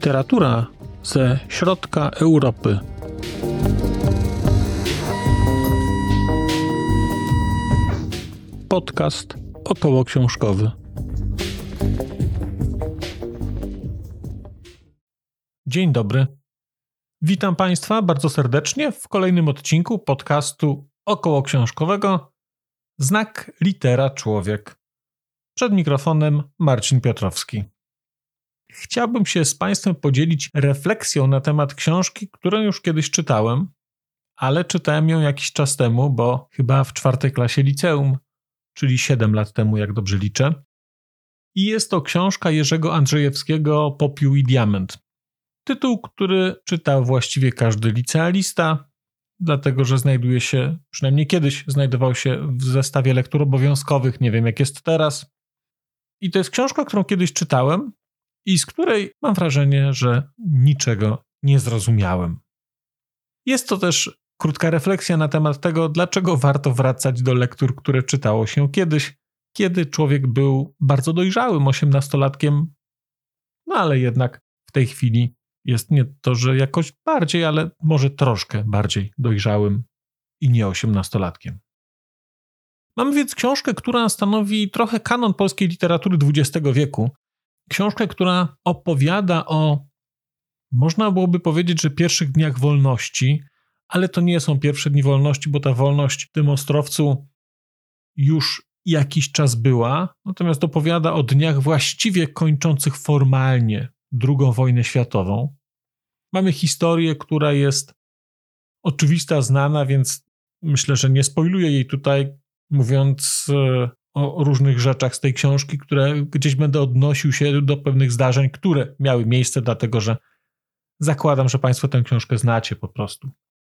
Literatura ze środka Europy. Podcast okołoksiążkowy. Dzień dobry. Witam Państwa bardzo serdecznie w kolejnym odcinku podcastu okołoksiążkowego Znak litera człowiek. Przed mikrofonem Marcin Piotrowski. Chciałbym się z Państwem podzielić refleksją na temat książki, którą już kiedyś czytałem, ale czytałem ją jakiś czas temu, bo chyba w 4. klasie liceum, czyli 7 lat temu, jak dobrze liczę. I jest to książka Jerzego Andrzejewskiego Popiół i Diament. Tytuł, który czytał właściwie każdy licealista, dlatego że znajduje się, przynajmniej kiedyś znajdował się w zestawie lektur obowiązkowych, nie wiem jak jest teraz. I to jest książka, którą kiedyś czytałem i z której mam wrażenie, że niczego nie zrozumiałem. Jest to też krótka refleksja na temat tego, dlaczego warto wracać do lektur, które czytało się kiedyś, kiedy człowiek był bardzo dojrzałym 18-latkiem, no ale jednak w tej chwili jest nie to, że jakoś bardziej, ale może troszkę bardziej dojrzałym i nie 18-latkiem. Mamy więc książkę, która stanowi trochę kanon polskiej literatury XX wieku. Książkę, która opowiada o, można byłoby powiedzieć, że pierwszych dniach wolności, ale to nie są pierwsze dni wolności, bo ta wolność w tym Ostrowcu już jakiś czas była, natomiast opowiada o dniach właściwie kończących formalnie II wojnę światową. Mamy historię, która jest oczywista, znana, więc myślę, że nie spoiluję jej tutaj, mówiąc o różnych rzeczach z tej książki, które gdzieś będę odnosił się do pewnych zdarzeń, które miały miejsce, dlatego że zakładam, że Państwo tę książkę znacie po prostu.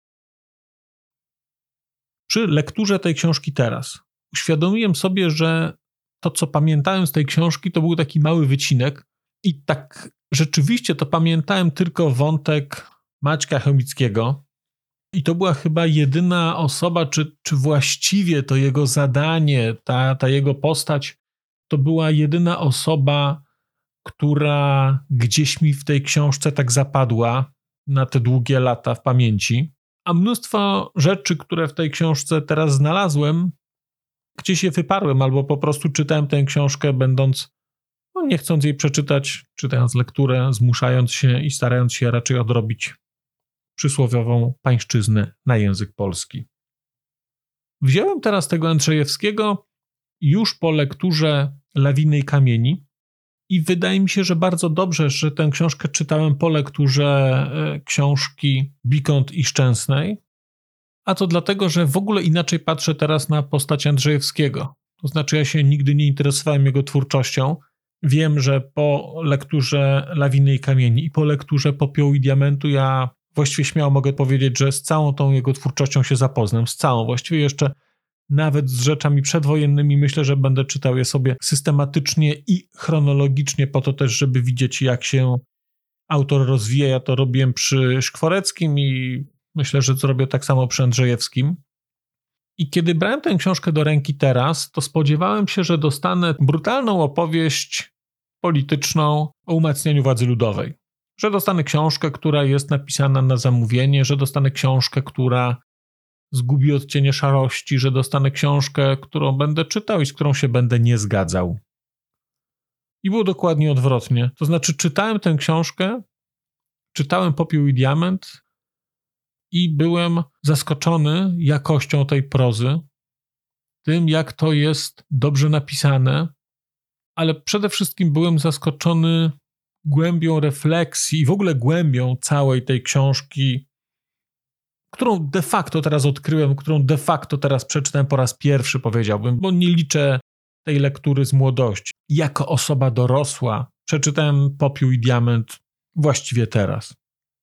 Przy lekturze tej książki teraz uświadomiłem sobie, że to, co pamiętałem z tej książki, to był taki mały wycinek i tak rzeczywiście to pamiętałem tylko wątek Maćka Chomickiego i to była chyba jedyna osoba, czy właściwie to jego zadanie, ta jego postać, to była jedyna osoba, która gdzieś mi w tej książce tak zapadła na te długie lata w pamięci. A mnóstwo rzeczy, które w tej książce teraz znalazłem, gdzieś je wyparłem albo po prostu czytałem tę książkę będąc, nie chcąc jej przeczytać, czytając lekturę, zmuszając się i starając się raczej odrobić przysłowiową pańszczyznę na język polski. Wziąłem teraz tego Andrzejewskiego już po lekturze Lawiny i kamieni i wydaje mi się, że bardzo dobrze, że tę książkę czytałem po lekturze książki Bikont i Szczęsnej, a to dlatego, że w ogóle inaczej patrzę teraz na postać Andrzejewskiego. To znaczy ja się nigdy nie interesowałem jego twórczością. Wiem, że po lekturze Lawiny i kamieni i po lekturze Popiołu i diamentu ja właściwie śmiało mogę powiedzieć, że z całą tą jego twórczością się zapoznam, z całą. Właściwie jeszcze nawet z rzeczami przedwojennymi myślę, że będę czytał je sobie systematycznie i chronologicznie po to też, żeby widzieć, jak się autor rozwija. Ja to robiłem przy Szkworeckim i myślę, że zrobię tak samo przy Andrzejewskim. I kiedy brałem tę książkę do ręki teraz, to spodziewałem się, że dostanę brutalną opowieść polityczną o umacnianiu władzy ludowej. Że dostanę książkę, która jest napisana na zamówienie, że dostanę książkę, która zgubi odcienie szarości, że dostanę książkę, którą będę czytał i z którą się będę nie zgadzał. I było dokładnie odwrotnie. To znaczy czytałem tę książkę, czytałem Popiół i diament i byłem zaskoczony jakością tej prozy, tym jak to jest dobrze napisane, ale przede wszystkim byłem zaskoczony głębią refleksji i w ogóle głębią całej tej książki, którą de facto teraz odkryłem, którą de facto teraz przeczytałem po raz pierwszy, powiedziałbym, bo nie liczę tej lektury z młodości. Jako osoba dorosła przeczytałem Popiół i diament właściwie teraz.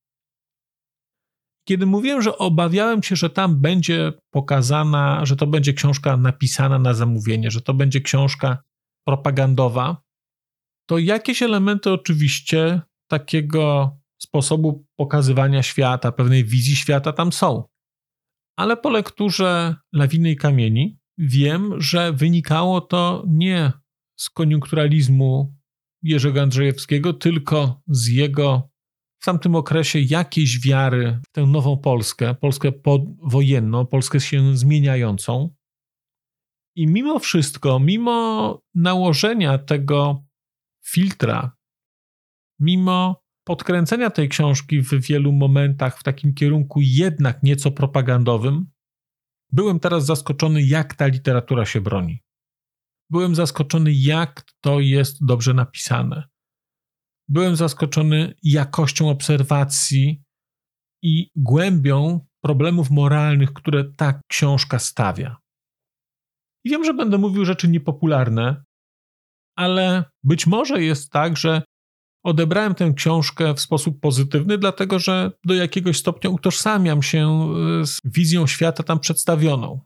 Kiedy mówiłem, że obawiałem się, że tam będzie pokazana, że to będzie książka napisana na zamówienie, że to będzie książka propagandowa, to jakieś elementy oczywiście takiego sposobu pokazywania świata, pewnej wizji świata tam są. Ale po lekturze Lawiny i kamieni wiem, że wynikało to nie z koniunkturalizmu Jerzego Andrzejewskiego, tylko z jego w tamtym okresie jakiejś wiary w tę nową Polskę, Polskę powojenną, Polskę się zmieniającą. I mimo wszystko, mimo nałożenia tego filtra, mimo podkręcenia tej książki w wielu momentach w takim kierunku jednak nieco propagandowym, byłem teraz zaskoczony, jak ta literatura się broni. Byłem zaskoczony, jak to jest dobrze napisane. Byłem zaskoczony jakością obserwacji i głębią problemów moralnych, które ta książka stawia. I wiem, że będę mówił rzeczy niepopularne, ale być może jest tak, że odebrałem tę książkę w sposób pozytywny, dlatego że do jakiegoś stopnia utożsamiam się z wizją świata tam przedstawioną.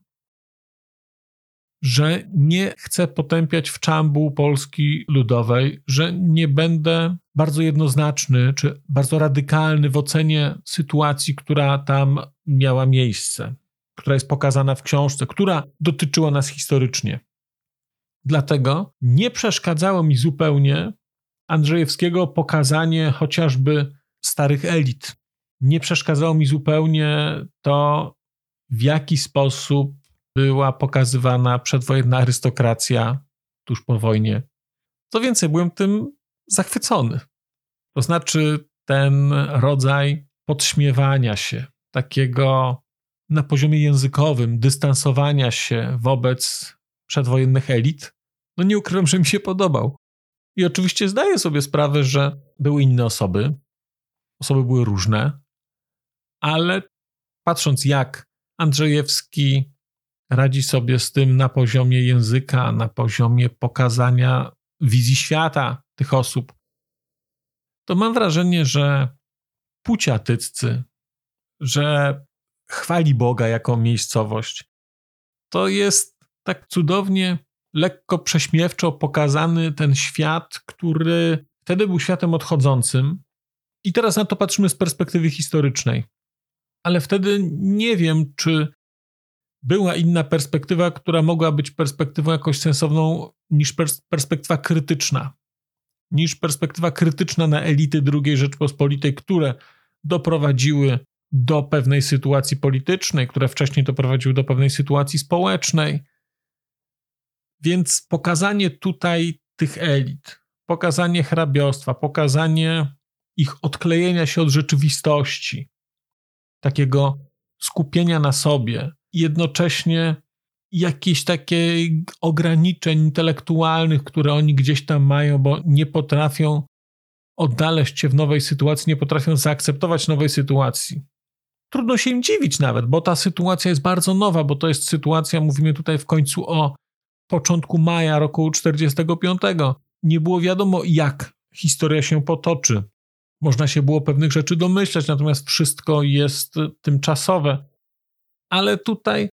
Że nie chcę potępiać w czambu Polski Ludowej, że nie będę bardzo jednoznaczny czy bardzo radykalny w ocenie sytuacji, która tam miała miejsce, która jest pokazana w książce, która dotyczyła nas historycznie. Dlatego nie przeszkadzało mi zupełnie Andrzejewskiego pokazanie chociażby starych elit. Nie przeszkadzało mi zupełnie to, w jaki sposób była pokazywana przedwojenna arystokracja tuż po wojnie. Co więcej, byłem tym zachwycony. To znaczy ten rodzaj podśmiewania się, takiego na poziomie językowym, dystansowania się wobec przedwojennych elit, no nie ukrywam, że mi się podobał. I oczywiście zdaję sobie sprawę, że były inne osoby były różne, ale patrząc jak Andrzejewski radzi sobie z tym na poziomie języka, na poziomie pokazania wizji świata tych osób, to mam wrażenie, że Puciatyccy, że chwali Boga jako miejscowość, to jest tak cudownie, lekko prześmiewczo pokazany ten świat, który wtedy był światem odchodzącym i teraz na to patrzymy z perspektywy historycznej. Ale wtedy nie wiem, czy była inna perspektywa, która mogła być perspektywą jakoś sensowną niż perspektywa krytyczna. Niż perspektywa krytyczna na elity II Rzeczpospolitej, które doprowadziły do pewnej sytuacji politycznej, które wcześniej doprowadziły do pewnej sytuacji społecznej. Więc pokazanie tutaj tych elit, pokazanie hrabiostwa, pokazanie ich odklejenia się od rzeczywistości, takiego skupienia na sobie, jednocześnie jakichś takich ograniczeń intelektualnych, które oni gdzieś tam mają, bo nie potrafią odnaleźć się w nowej sytuacji, nie potrafią zaakceptować nowej sytuacji. Trudno się im dziwić nawet, bo ta sytuacja jest bardzo nowa, bo to jest sytuacja, mówimy tutaj w końcu o początku maja roku 1945. Nie było wiadomo, jak historia się potoczy. Można się było pewnych rzeczy domyślać, natomiast wszystko jest tymczasowe. Ale tutaj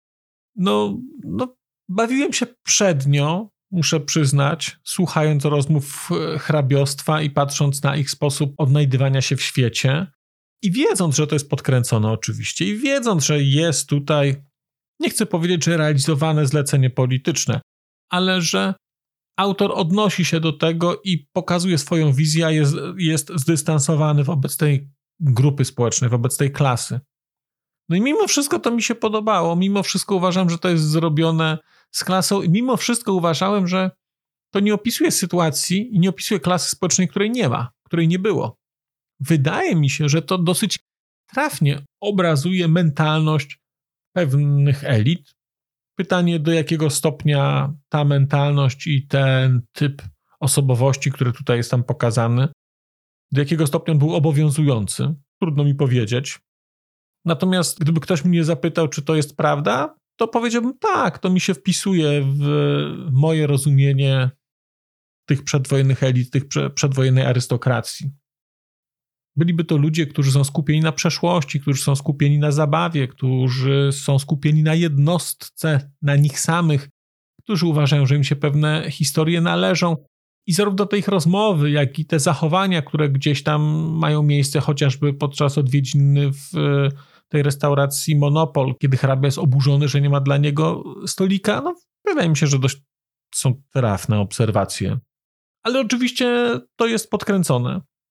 bawiłem się przednio, muszę przyznać, słuchając rozmów hrabiostwa i patrząc na ich sposób odnajdywania się w świecie i wiedząc, że to jest podkręcone oczywiście i wiedząc, że jest tutaj, nie chcę powiedzieć, że realizowane zlecenie polityczne, ale że autor odnosi się do tego i pokazuje swoją wizję, a jest zdystansowany wobec tej grupy społecznej, wobec tej klasy. No i mimo wszystko to mi się podobało, mimo wszystko uważam, że to jest zrobione z klasą i mimo wszystko uważałem, że to nie opisuje sytuacji i nie opisuje klasy społecznej, której nie ma, której nie było. Wydaje mi się, że to dosyć trafnie obrazuje mentalność pewnych elit. Pytanie, do jakiego stopnia ta mentalność i ten typ osobowości, który tutaj jest tam pokazany, do jakiego stopnia on był obowiązujący, trudno mi powiedzieć. Natomiast gdyby ktoś mnie zapytał, czy to jest prawda, to powiedziałbym tak, to mi się wpisuje w moje rozumienie tych przedwojennych elit, tych przedwojennej arystokracji. Byliby to ludzie, którzy są skupieni na przeszłości, którzy są skupieni na zabawie, którzy są skupieni na jednostce, na nich samych, którzy uważają, że im się pewne historie należą. I zarówno te ich rozmowy, jak i te zachowania, które gdzieś tam mają miejsce, chociażby podczas odwiedziny w tej restauracji Monopol, kiedy hrabia jest oburzony, że nie ma dla niego stolika, wydaje mi się, że dość są trafne obserwacje. Ale oczywiście to jest podkręcone.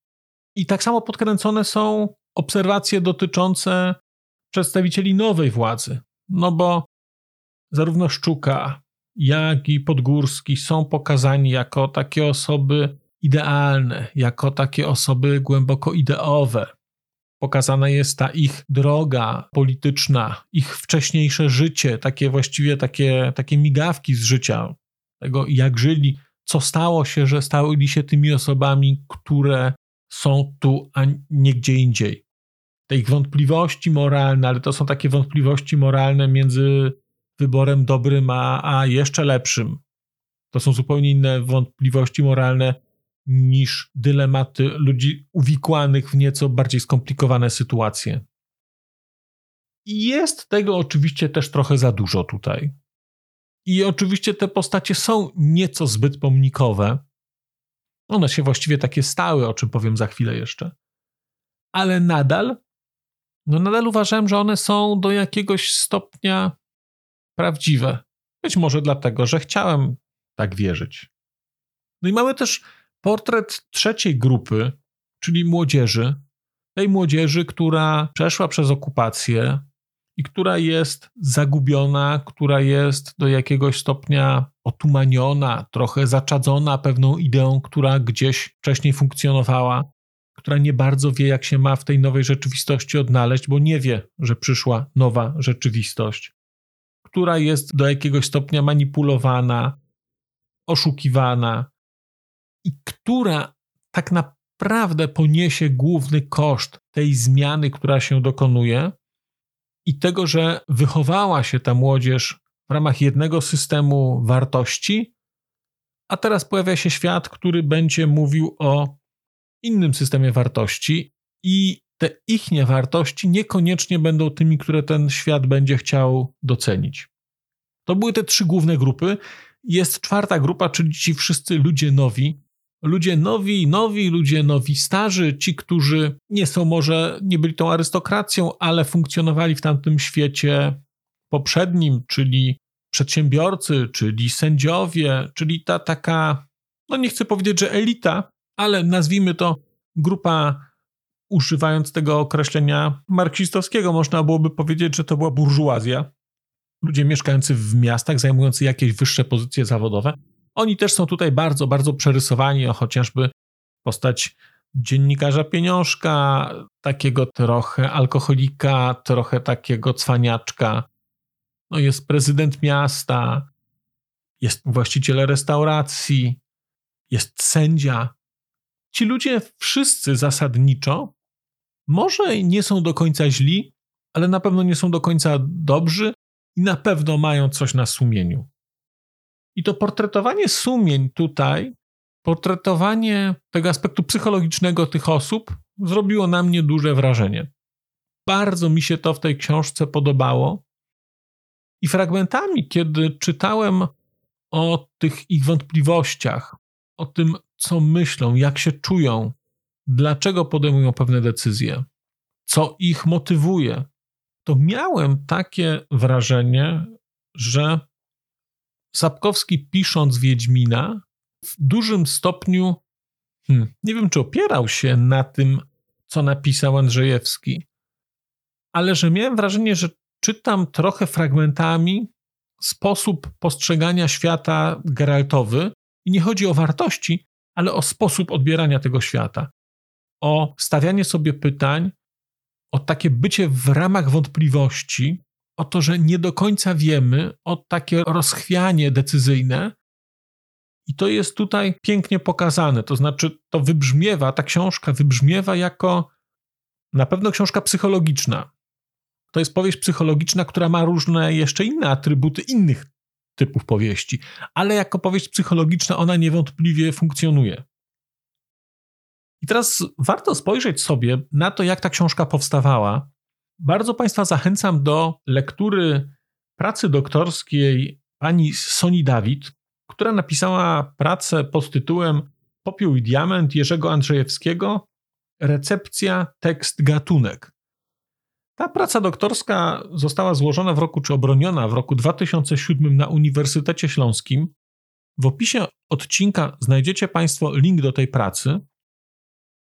I tak samo podkręcone są obserwacje dotyczące przedstawicieli nowej władzy. No bo zarówno Szczuka, jak i Podgórski są pokazani jako takie osoby idealne, jako takie osoby głęboko ideowe. Pokazana jest ta ich droga polityczna, ich wcześniejsze życie, takie właściwie takie migawki z życia, tego jak żyli, co stało się, że stali się tymi osobami, które są tu, a nie gdzie indziej. Te ich wątpliwości moralne, ale to są takie wątpliwości moralne między wyborem dobrym a jeszcze lepszym. To są zupełnie inne wątpliwości moralne niż dylematy ludzi uwikłanych w nieco bardziej skomplikowane sytuacje. I jest tego oczywiście też trochę za dużo tutaj. I oczywiście te postacie są nieco zbyt pomnikowe. One się właściwie takie stały, o czym powiem za chwilę jeszcze. Ale nadal uważałem, że one są do jakiegoś stopnia prawdziwe. Być może dlatego, że chciałem tak wierzyć. No i mamy też portret trzeciej grupy, czyli młodzieży. Tej młodzieży, która przeszła przez okupację i która jest zagubiona, która jest do jakiegoś stopnia otumaniona, trochę zaczadzona pewną ideą, która gdzieś wcześniej funkcjonowała, która nie bardzo wie, jak się ma w tej nowej rzeczywistości odnaleźć, bo nie wie, że przyszła nowa rzeczywistość, która jest do jakiegoś stopnia manipulowana, oszukiwana i która tak naprawdę poniesie główny koszt tej zmiany, która się dokonuje i tego, że wychowała się ta młodzież w ramach jednego systemu wartości, a teraz pojawia się świat, który będzie mówił o innym systemie wartości i te ichnie wartości niekoniecznie będą tymi, które ten świat będzie chciał docenić. To były te trzy główne grupy. Jest czwarta grupa, czyli ci wszyscy ludzie nowi. Ludzie nowi, starzy, ci, którzy nie byli tą arystokracją, ale funkcjonowali w tamtym świecie poprzednim, czyli przedsiębiorcy, czyli sędziowie, czyli ta taka, nie chcę powiedzieć, że elita, ale nazwijmy to grupa, używając tego określenia marksistowskiego, można byłoby powiedzieć, że to była burżuazja. Ludzie mieszkający w miastach, zajmujący jakieś wyższe pozycje zawodowe. Oni też są tutaj bardzo, bardzo przerysowani, chociażby postać dziennikarza pieniążka, takiego trochę alkoholika, trochę takiego cwaniaczka. Jest prezydent miasta, jest właściciel restauracji, jest sędzia. Ci ludzie wszyscy zasadniczo może nie są do końca źli, ale na pewno nie są do końca dobrzy i na pewno mają coś na sumieniu. I to portretowanie sumień tutaj, portretowanie tego aspektu psychologicznego tych osób zrobiło na mnie duże wrażenie. Bardzo mi się to w tej książce podobało i fragmentami, kiedy czytałem o tych ich wątpliwościach, o tym, co myślą, jak się czują, dlaczego podejmują pewne decyzje, co ich motywuje, to miałem takie wrażenie, że Sapkowski, pisząc Wiedźmina, w dużym stopniu, nie wiem, czy opierał się na tym, co napisał Andrzejewski, ale że miałem wrażenie, że czytam trochę fragmentami sposób postrzegania świata geraltowy i nie chodzi o wartości, ale o sposób odbierania tego świata, o stawianie sobie pytań, o takie bycie w ramach wątpliwości, o to, że nie do końca wiemy, o takie rozchwianie decyzyjne. I to jest tutaj pięknie pokazane. To znaczy, ta książka wybrzmiewa jako na pewno książka psychologiczna. To jest powieść psychologiczna, która ma różne jeszcze inne atrybuty innych typów powieści, ale jako powieść psychologiczna ona niewątpliwie funkcjonuje. I teraz warto spojrzeć sobie na to, jak ta książka powstawała. Bardzo Państwa zachęcam do lektury pracy doktorskiej pani Soni Dawid, która napisała pracę pod tytułem Popiół i diament Jerzego Andrzejewskiego, recepcja, tekst, gatunek. Ta praca doktorska została złożona obroniona w roku 2007 na Uniwersytecie Śląskim. W opisie odcinka znajdziecie Państwo link do tej pracy.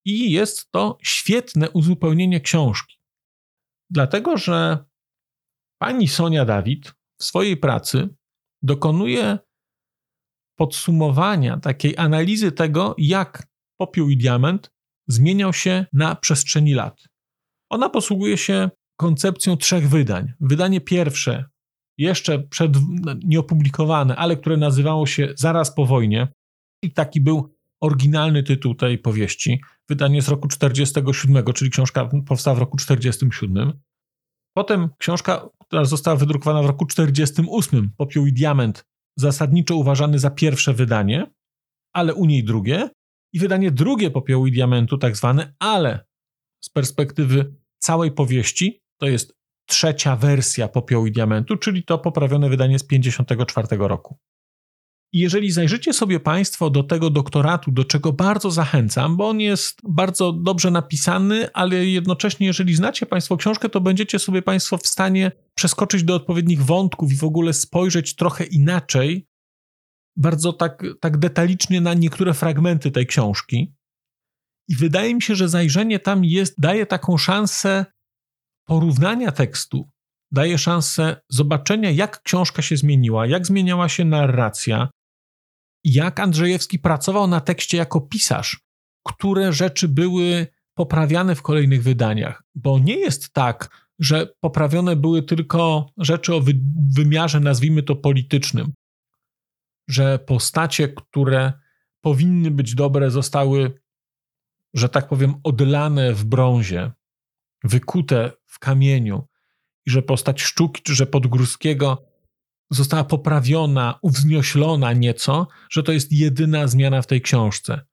i jest to świetne uzupełnienie książki. Dlatego, że pani Sonia Dawid w swojej pracy dokonuje podsumowania, takiej analizy tego, jak Popiół i Diament zmieniał się na przestrzeni lat. Ona posługuje się koncepcją 3 wydań. Wydanie pierwsze, jeszcze nieopublikowane, ale które nazywało się Zaraz po wojnie i taki był oryginalny tytuł tej powieści. Wydanie z roku 1947, czyli książka powstała w roku 1947. Potem książka, która została wydrukowana w roku 1948, Popiół i Diament, zasadniczo uważany za pierwsze wydanie, ale u niej drugie. I wydanie drugie Popiołu i Diamentu, tak zwane, ale z perspektywy całej powieści, to jest 3. wersja Popiołu i Diamentu, czyli to poprawione wydanie z 1954 roku. I jeżeli zajrzycie sobie Państwo do tego doktoratu, do czego bardzo zachęcam, bo on jest bardzo dobrze napisany, ale jednocześnie jeżeli znacie Państwo książkę, to będziecie sobie Państwo w stanie przeskoczyć do odpowiednich wątków i w ogóle spojrzeć trochę inaczej, bardzo tak detalicznie na niektóre fragmenty tej książki. I wydaje mi się, że zajrzenie tam daje taką szansę porównania tekstu, daje szansę zobaczenia, jak książka się zmieniła, jak zmieniała się narracja, jak Andrzejewski pracował na tekście jako pisarz, które rzeczy były poprawiane w kolejnych wydaniach. Bo nie jest tak, że poprawione były tylko rzeczy o wymiarze, nazwijmy to politycznym, że postacie, które powinny być dobre, zostały, że tak powiem, odlane w brązie, wykute w kamieniu i że postać Szczuki czy że Podgórskiego została poprawiona, uwznioślona nieco, że to jest jedyna zmiana w tej książce.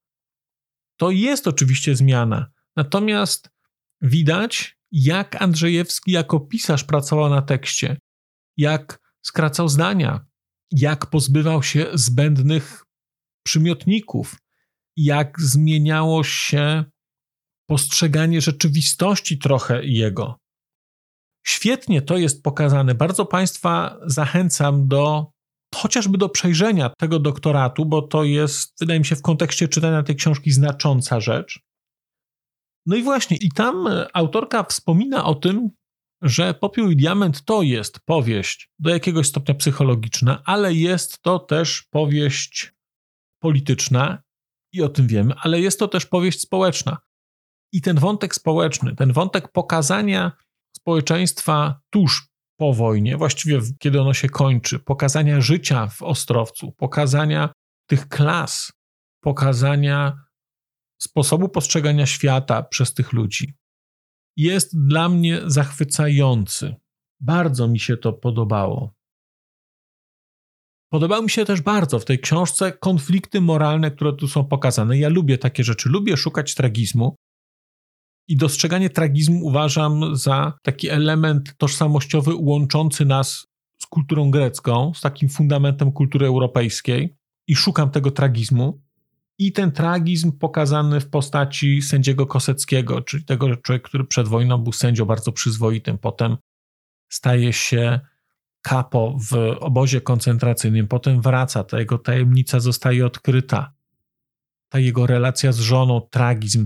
To jest oczywiście zmiana, natomiast widać, jak Andrzejewski jako pisarz pracował na tekście, jak skracał zdania, jak pozbywał się zbędnych przymiotników, jak zmieniało się postrzeganie rzeczywistości trochę jego. Świetnie to jest pokazane. Bardzo Państwa zachęcam chociażby do przejrzenia tego doktoratu, bo to jest, wydaje mi się, w kontekście czytania tej książki znacząca rzecz. No i właśnie, i tam autorka wspomina o tym, że Popiół i Diament to jest powieść do jakiegoś stopnia psychologiczna, ale jest to też powieść polityczna i o tym wiemy, ale jest to też powieść społeczna. I ten wątek społeczny, ten wątek pokazania społeczeństwa tuż po wojnie, właściwie kiedy ono się kończy, pokazania życia w Ostrowcu, pokazania tych klas, pokazania sposobu postrzegania świata przez tych ludzi, jest dla mnie zachwycający. Bardzo mi się to podobało. Podobały mi się też bardzo w tej książce konflikty moralne, które tu są pokazane. Ja lubię takie rzeczy, lubię szukać tragizmu i dostrzeganie tragizmu uważam za taki element tożsamościowy łączący nas z kulturą grecką, z takim fundamentem kultury europejskiej i szukam tego tragizmu. I ten tragizm pokazany w postaci sędziego Koseckiego, czyli tego człowieka, który przed wojną był sędzią bardzo przyzwoitym, potem staje się kapo w obozie koncentracyjnym, potem wraca, ta jego tajemnica zostaje odkryta. Ta jego relacja z żoną, tragizm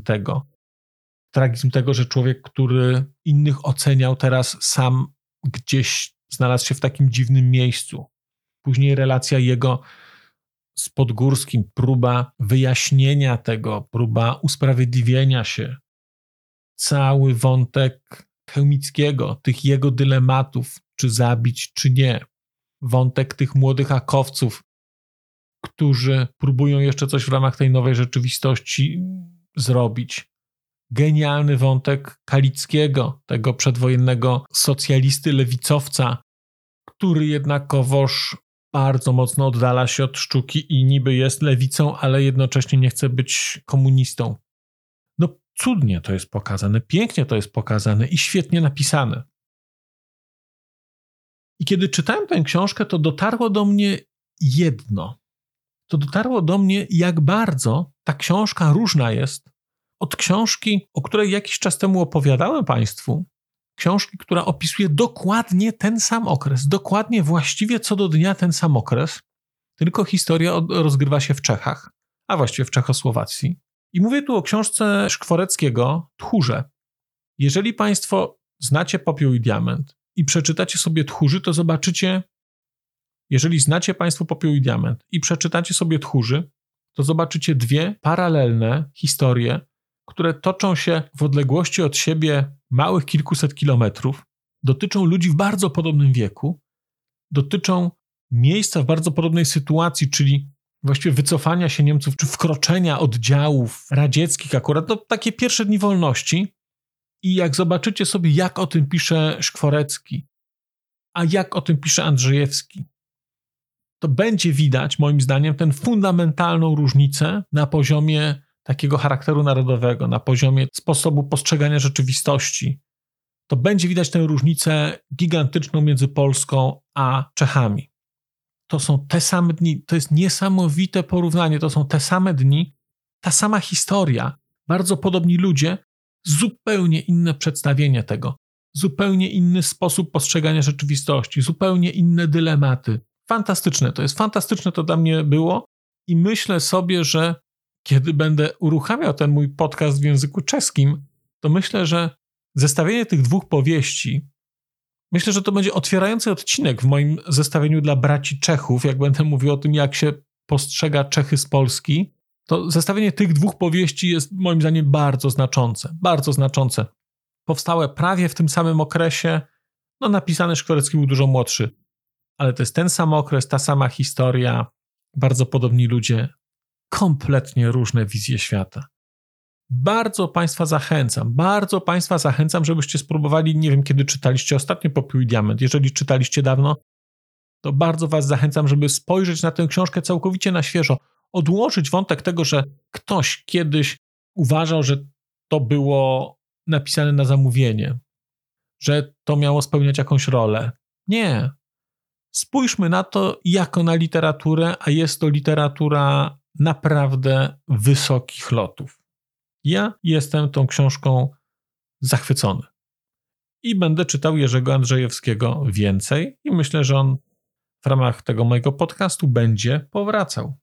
tego, że człowiek, który innych oceniał, teraz sam gdzieś znalazł się w takim dziwnym miejscu. Później relacja jego z Podgórskim, próba wyjaśnienia tego, próba usprawiedliwienia się. Cały wątek Chełmickiego, tych jego dylematów, czy zabić, czy nie. Wątek tych młodych akowców, którzy próbują jeszcze coś w ramach tej nowej rzeczywistości zrobić. Genialny wątek Kalickiego, tego przedwojennego socjalisty, lewicowca, który jednakowoż bardzo mocno oddala się od Szczuki i niby jest lewicą, ale jednocześnie nie chce być komunistą. No cudnie to jest pokazane, pięknie to jest pokazane i świetnie napisane. I kiedy czytałem tę książkę, to dotarło do mnie jedno. To dotarło do mnie, jak bardzo ta książka różna jest od książki, o której jakiś czas temu opowiadałem Państwu. Książki, która opisuje dokładnie ten sam okres, dokładnie właściwie co do dnia ten sam okres, tylko historia rozgrywa się w Czechach, a właściwie w Czechosłowacji I mówię tu o książce Szkworeckiego Tchórze. Jeżeli Państwo znacie Popiół i Diament i przeczytacie sobie Tchórzy, to zobaczycie, jeżeli znacie Państwo Popiół i Diament i przeczytacie sobie Tchórzy, to zobaczycie dwie paralelne historie, które toczą się w odległości od siebie małych kilkuset kilometrów, dotyczą ludzi w bardzo podobnym wieku, dotyczą miejsca w bardzo podobnej sytuacji, czyli właściwie wycofania się Niemców, czy wkroczenia oddziałów radzieckich akurat, no takie pierwsze dni wolności. I jak zobaczycie sobie, jak o tym pisze Szkworecki, a jak o tym pisze Andrzejewski, to będzie widać, moim zdaniem, tę fundamentalną różnicę na poziomie takiego charakteru narodowego, na poziomie sposobu postrzegania rzeczywistości. To będzie widać tę różnicę gigantyczną między Polską a Czechami. To są te same dni, to jest niesamowite porównanie, to są te same dni, ta sama historia, bardzo podobni ludzie, zupełnie inne przedstawienie tego, zupełnie inny sposób postrzegania rzeczywistości, zupełnie inne dylematy. Fantastyczne, to jest fantastyczne, to dla mnie było i myślę sobie, że kiedy będę uruchamiał ten mój podcast w języku czeskim, to myślę, że zestawienie tych dwóch powieści, myślę, że to będzie otwierający odcinek w moim zestawieniu dla braci Czechów, jak będę mówił o tym, jak się postrzega Czechy z Polski, to zestawienie tych dwóch powieści jest moim zdaniem bardzo znaczące, bardzo znaczące. Powstałe prawie w tym samym okresie, no napisany Szkworecki był dużo młodszy, ale to jest ten sam okres, ta sama historia, bardzo podobni ludzie, kompletnie różne wizje świata. Bardzo Państwa zachęcam, żebyście spróbowali, nie wiem kiedy czytaliście ostatnio Popiół i Diament, jeżeli czytaliście dawno, to bardzo Was zachęcam, żeby spojrzeć na tę książkę całkowicie na świeżo, odłożyć wątek tego, że ktoś kiedyś uważał, że to było napisane na zamówienie, że to miało spełniać jakąś rolę. Nie. Spójrzmy na to jako na literaturę, a jest to literatura naprawdę wysokich lotów. Ja jestem tą książką zachwycony. I będę czytał Jerzego Andrzejewskiego więcej i myślę, że on w ramach tego mojego podcastu będzie powracał.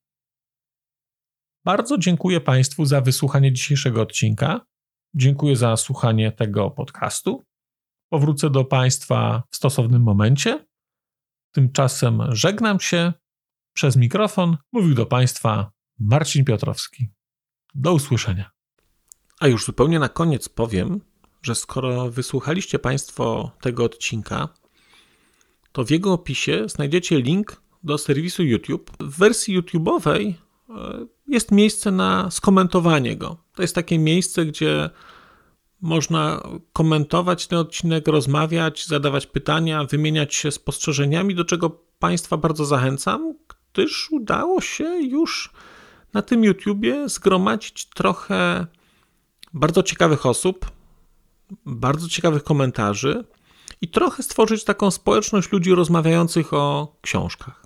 Bardzo dziękuję Państwu za wysłuchanie dzisiejszego odcinka. Dziękuję za słuchanie tego podcastu. Powrócę do Państwa w stosownym momencie. Tymczasem żegnam się. Przez mikrofon mówił do Państwa Marcin Piotrowski. Do usłyszenia. A już zupełnie na koniec powiem, że skoro wysłuchaliście Państwo tego odcinka, to w jego opisie znajdziecie link do serwisu YouTube. W wersji YouTube'owej jest miejsce na skomentowanie go. To jest takie miejsce, gdzie można komentować ten odcinek, rozmawiać, zadawać pytania, wymieniać się spostrzeżeniami, do czego Państwa bardzo zachęcam, gdyż udało się już na tym YouTubie zgromadzić trochę bardzo ciekawych osób, bardzo ciekawych komentarzy i trochę stworzyć taką społeczność ludzi rozmawiających o książkach.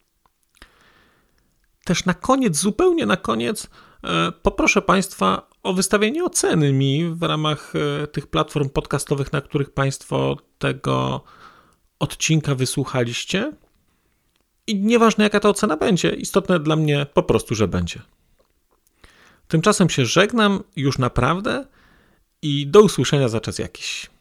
Też na koniec, zupełnie na koniec, poproszę Państwa o wystawienie oceny mi w ramach tych platform podcastowych, na których Państwo tego odcinka wysłuchaliście. I nieważne jaka ta ocena będzie, istotne dla mnie po prostu, że będzie. Tymczasem się żegnam już naprawdę i do usłyszenia za czas jakiś.